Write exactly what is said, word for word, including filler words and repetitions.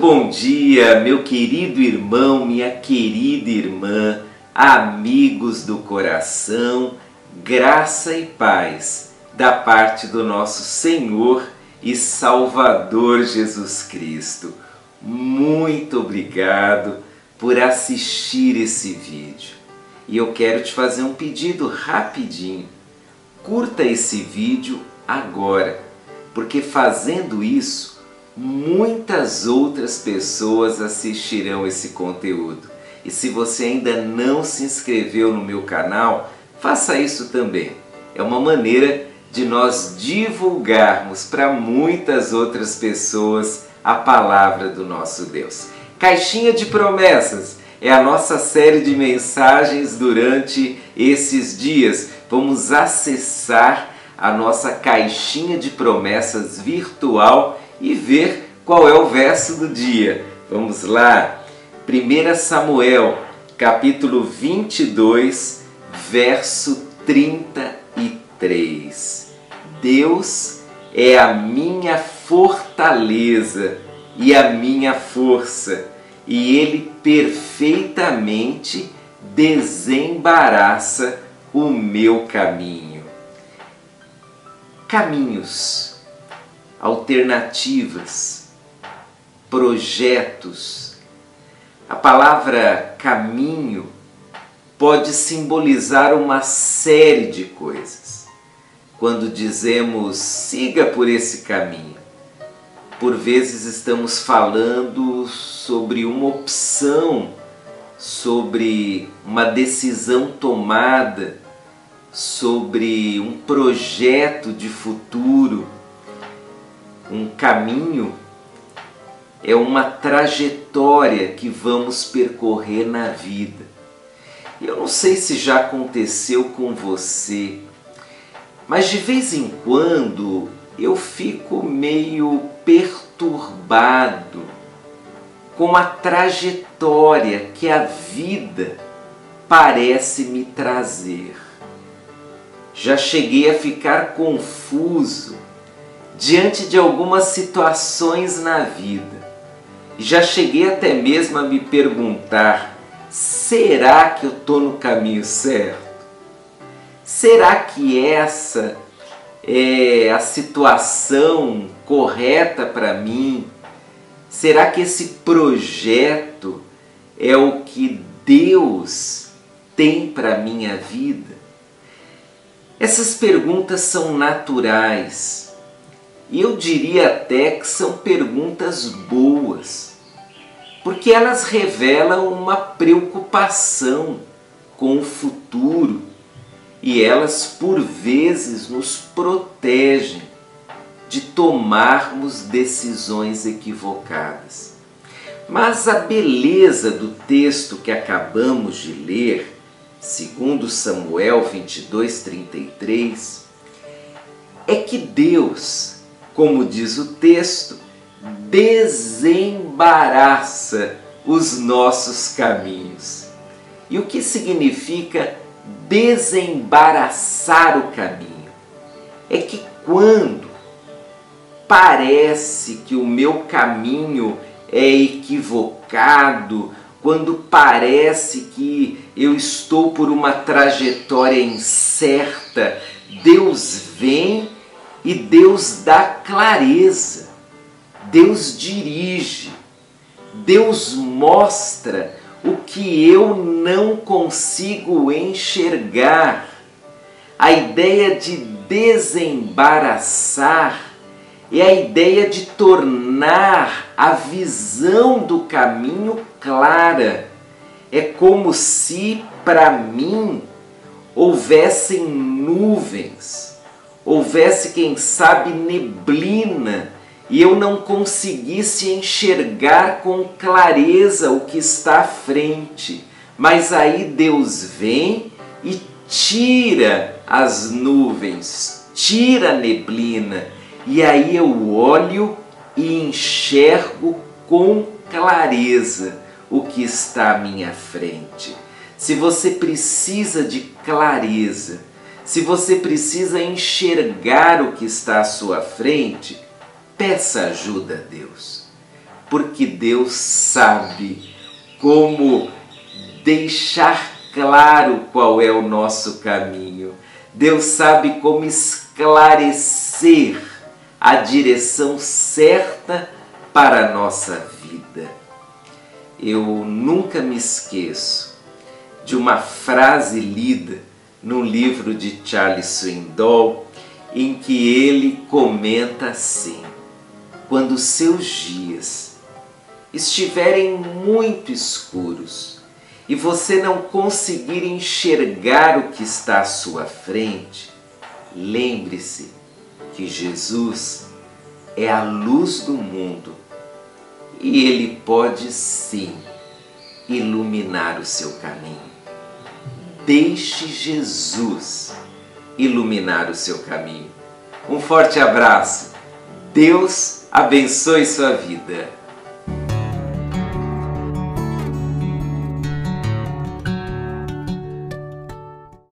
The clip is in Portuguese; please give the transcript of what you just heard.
bom dia, meu querido irmão, minha querida irmã, amigos do coração, graça e paz da parte do nosso Senhor e Salvador Jesus Cristo. Muito obrigado por assistir esse vídeo. E eu quero te fazer um pedido rapidinho. Curta esse vídeo agora, porque fazendo isso, muitas outras pessoas assistirão esse conteúdo. E se você ainda não se inscreveu no meu canal, faça isso também. É uma maneira de nós divulgarmos para muitas outras pessoas a palavra do nosso Deus. Caixinha de Promessas é a nossa série de mensagens durante esses dias. Vamos acessar a nossa caixinha de promessas virtual e ver qual é o verso do dia. Vamos lá, primeiro Samuel, capítulo vinte e dois, verso trinta e três. Deus é a minha fortaleza e a minha força, e Ele perfeitamente desembaraça o meu caminho. Caminhos, alternativas, projetos. A palavra caminho pode simbolizar uma série de coisas. Quando dizemos siga por esse caminho, por vezes estamos falando sobre uma opção, sobre uma decisão tomada, sobre um projeto de futuro. Um caminho é uma trajetória que vamos percorrer na vida. Eu não sei se já aconteceu com você, mas de vez em quando eu fico meio perturbado com a trajetória que a vida parece me trazer. Já cheguei a ficar confuso diante de algumas situações na vida. Já cheguei até mesmo a me perguntar, será que eu estou no caminho certo? Será que essa é a situação correta para mim? Será que esse projeto é o que Deus tem para a minha vida? Essas perguntas são naturais e eu diria até que são perguntas boas, porque elas revelam uma preocupação com o futuro e elas por vezes nos protegem de tomarmos decisões equivocadas. Mas a beleza do texto que acabamos de ler, segundo Samuel vinte e dois, trinta e três, é que Deus, como diz o texto, desembaraça os nossos caminhos. E o que significa desembaraçar o caminho? É que quando parece que o meu caminho é equivocado, quando parece que eu estou por uma trajetória incerta, Deus vem e Deus dá clareza, Deus dirige, Deus mostra o que eu não consigo enxergar. A ideia de desembaraçar é a ideia de tornar a visão do caminho clara. É como se, para mim, houvessem nuvens, houvesse, quem sabe, neblina, e eu não conseguisse enxergar com clareza o que está à frente. Mas aí Deus vem e tira as nuvens, tira a neblina, e aí eu olho e enxergo com clareza o que está à minha frente. Se você precisa de clareza, se você precisa enxergar o que está à sua frente, peça ajuda a Deus. porque Deus sabe como deixar claro qual é o nosso caminho. Deus sabe como esclarecer a direção certa para a nossa vida. Eu nunca me esqueço de uma frase lida num livro de Charles Swindoll, em que ele comenta assim: quando seus dias estiverem muito escuros e você não conseguir enxergar o que está à sua frente, lembre-se que Jesus é a luz do mundo e Ele pode sim iluminar o seu caminho. Deixe Jesus iluminar o seu caminho. Um forte abraço. Deus abençoe sua vida.